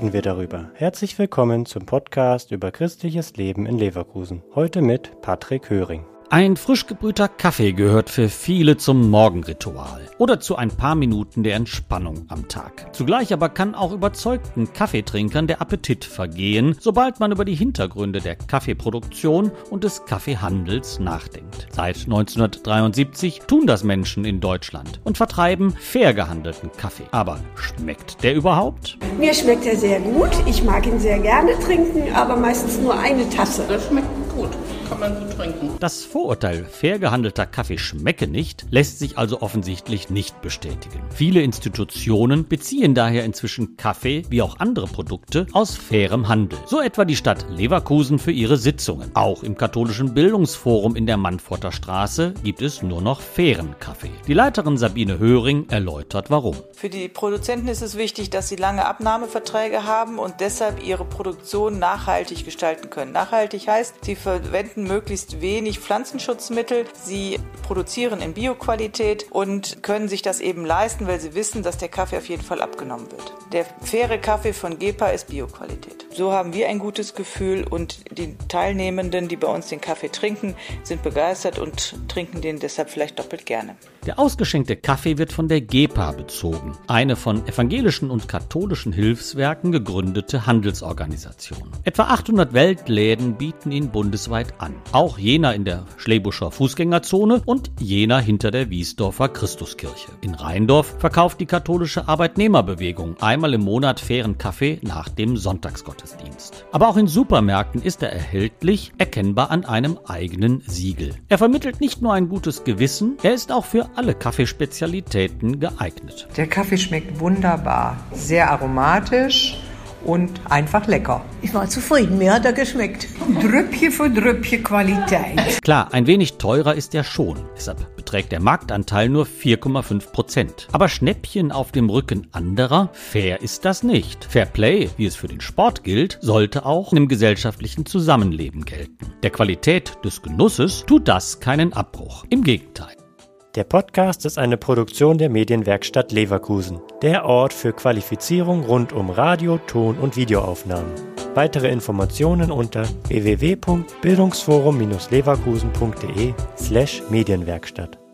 reden wir darüber. Herzlich willkommen zum Podcast über christliches Leben in Leverkusen. Heute mit Patrick Höring. Ein frisch gebrühter Kaffee gehört für viele zum Morgenritual oder zu ein paar Minuten der Entspannung am Tag. Zugleich aber kann auch überzeugten Kaffeetrinkern der Appetit vergehen, sobald man über die Hintergründe der Kaffeeproduktion und des Kaffeehandels nachdenkt. Seit 1973 tun das Menschen in Deutschland und vertreiben fair gehandelten Kaffee. Aber schmeckt der überhaupt? Mir schmeckt er sehr gut. Ich mag ihn sehr gerne trinken, aber meistens nur eine Tasse. Das schmeckt gut. Kann man gut trinken. Das Vorurteil, fair gehandelter Kaffee schmecke nicht, lässt sich also offensichtlich nicht bestätigen. Viele Institutionen beziehen daher inzwischen Kaffee, wie auch andere Produkte, aus fairem Handel. So etwa die Stadt Leverkusen für ihre Sitzungen. Auch im katholischen Bildungsforum in der Mannforter Straße gibt es nur noch fairen Kaffee. Die Leiterin Sabine Höring erläutert, warum. Für die Produzenten ist es wichtig, dass sie lange Abnahmeverträge haben und deshalb ihre Produktion nachhaltig gestalten können. Nachhaltig heißt, sie verwenden möglichst wenig Pflanzenschutzmittel. Sie produzieren in Bioqualität und können sich das eben leisten, weil sie wissen, dass der Kaffee auf jeden Fall abgenommen wird. Der faire Kaffee von GEPA ist Bioqualität. So haben wir ein gutes Gefühl und die Teilnehmenden, die bei uns den Kaffee trinken, sind begeistert und trinken den deshalb vielleicht doppelt gerne. Der ausgeschenkte Kaffee wird von der GEPA bezogen, eine von evangelischen und katholischen Hilfswerken gegründete Handelsorganisation. Etwa 800 Weltläden bieten ihn bundesweit an. Auch jener in der Schleebuscher Fußgängerzone und jener hinter der Wiesdorfer Christuskirche. In Rheindorf verkauft die katholische Arbeitnehmerbewegung einmal im Monat fairen Kaffee nach dem Sonntagsgottesdienst. Aber auch in Supermärkten ist er erhältlich, erkennbar an einem eigenen Siegel. Er vermittelt nicht nur ein gutes Gewissen, er ist auch für alle Kaffeespezialitäten geeignet. Der Kaffee schmeckt wunderbar, sehr aromatisch und einfach lecker. Ich war zufrieden, mir hat er geschmeckt. Drüppchen für Drüppchen Qualität. Klar, ein wenig teurer ist er schon. Deshalb beträgt der Marktanteil nur 4,5%. Aber Schnäppchen auf dem Rücken anderer? Fair ist das nicht. Fair Play, wie es für den Sport gilt, sollte auch im gesellschaftlichen Zusammenleben gelten. Der Qualität des Genusses tut das keinen Abbruch. Im Gegenteil. Der Podcast ist eine Produktion der Medienwerkstatt Leverkusen, der Ort für Qualifizierung rund um Radio-, Ton- und Videoaufnahmen. Weitere Informationen unter www.bildungsforum-leverkusen.de/Medienwerkstatt.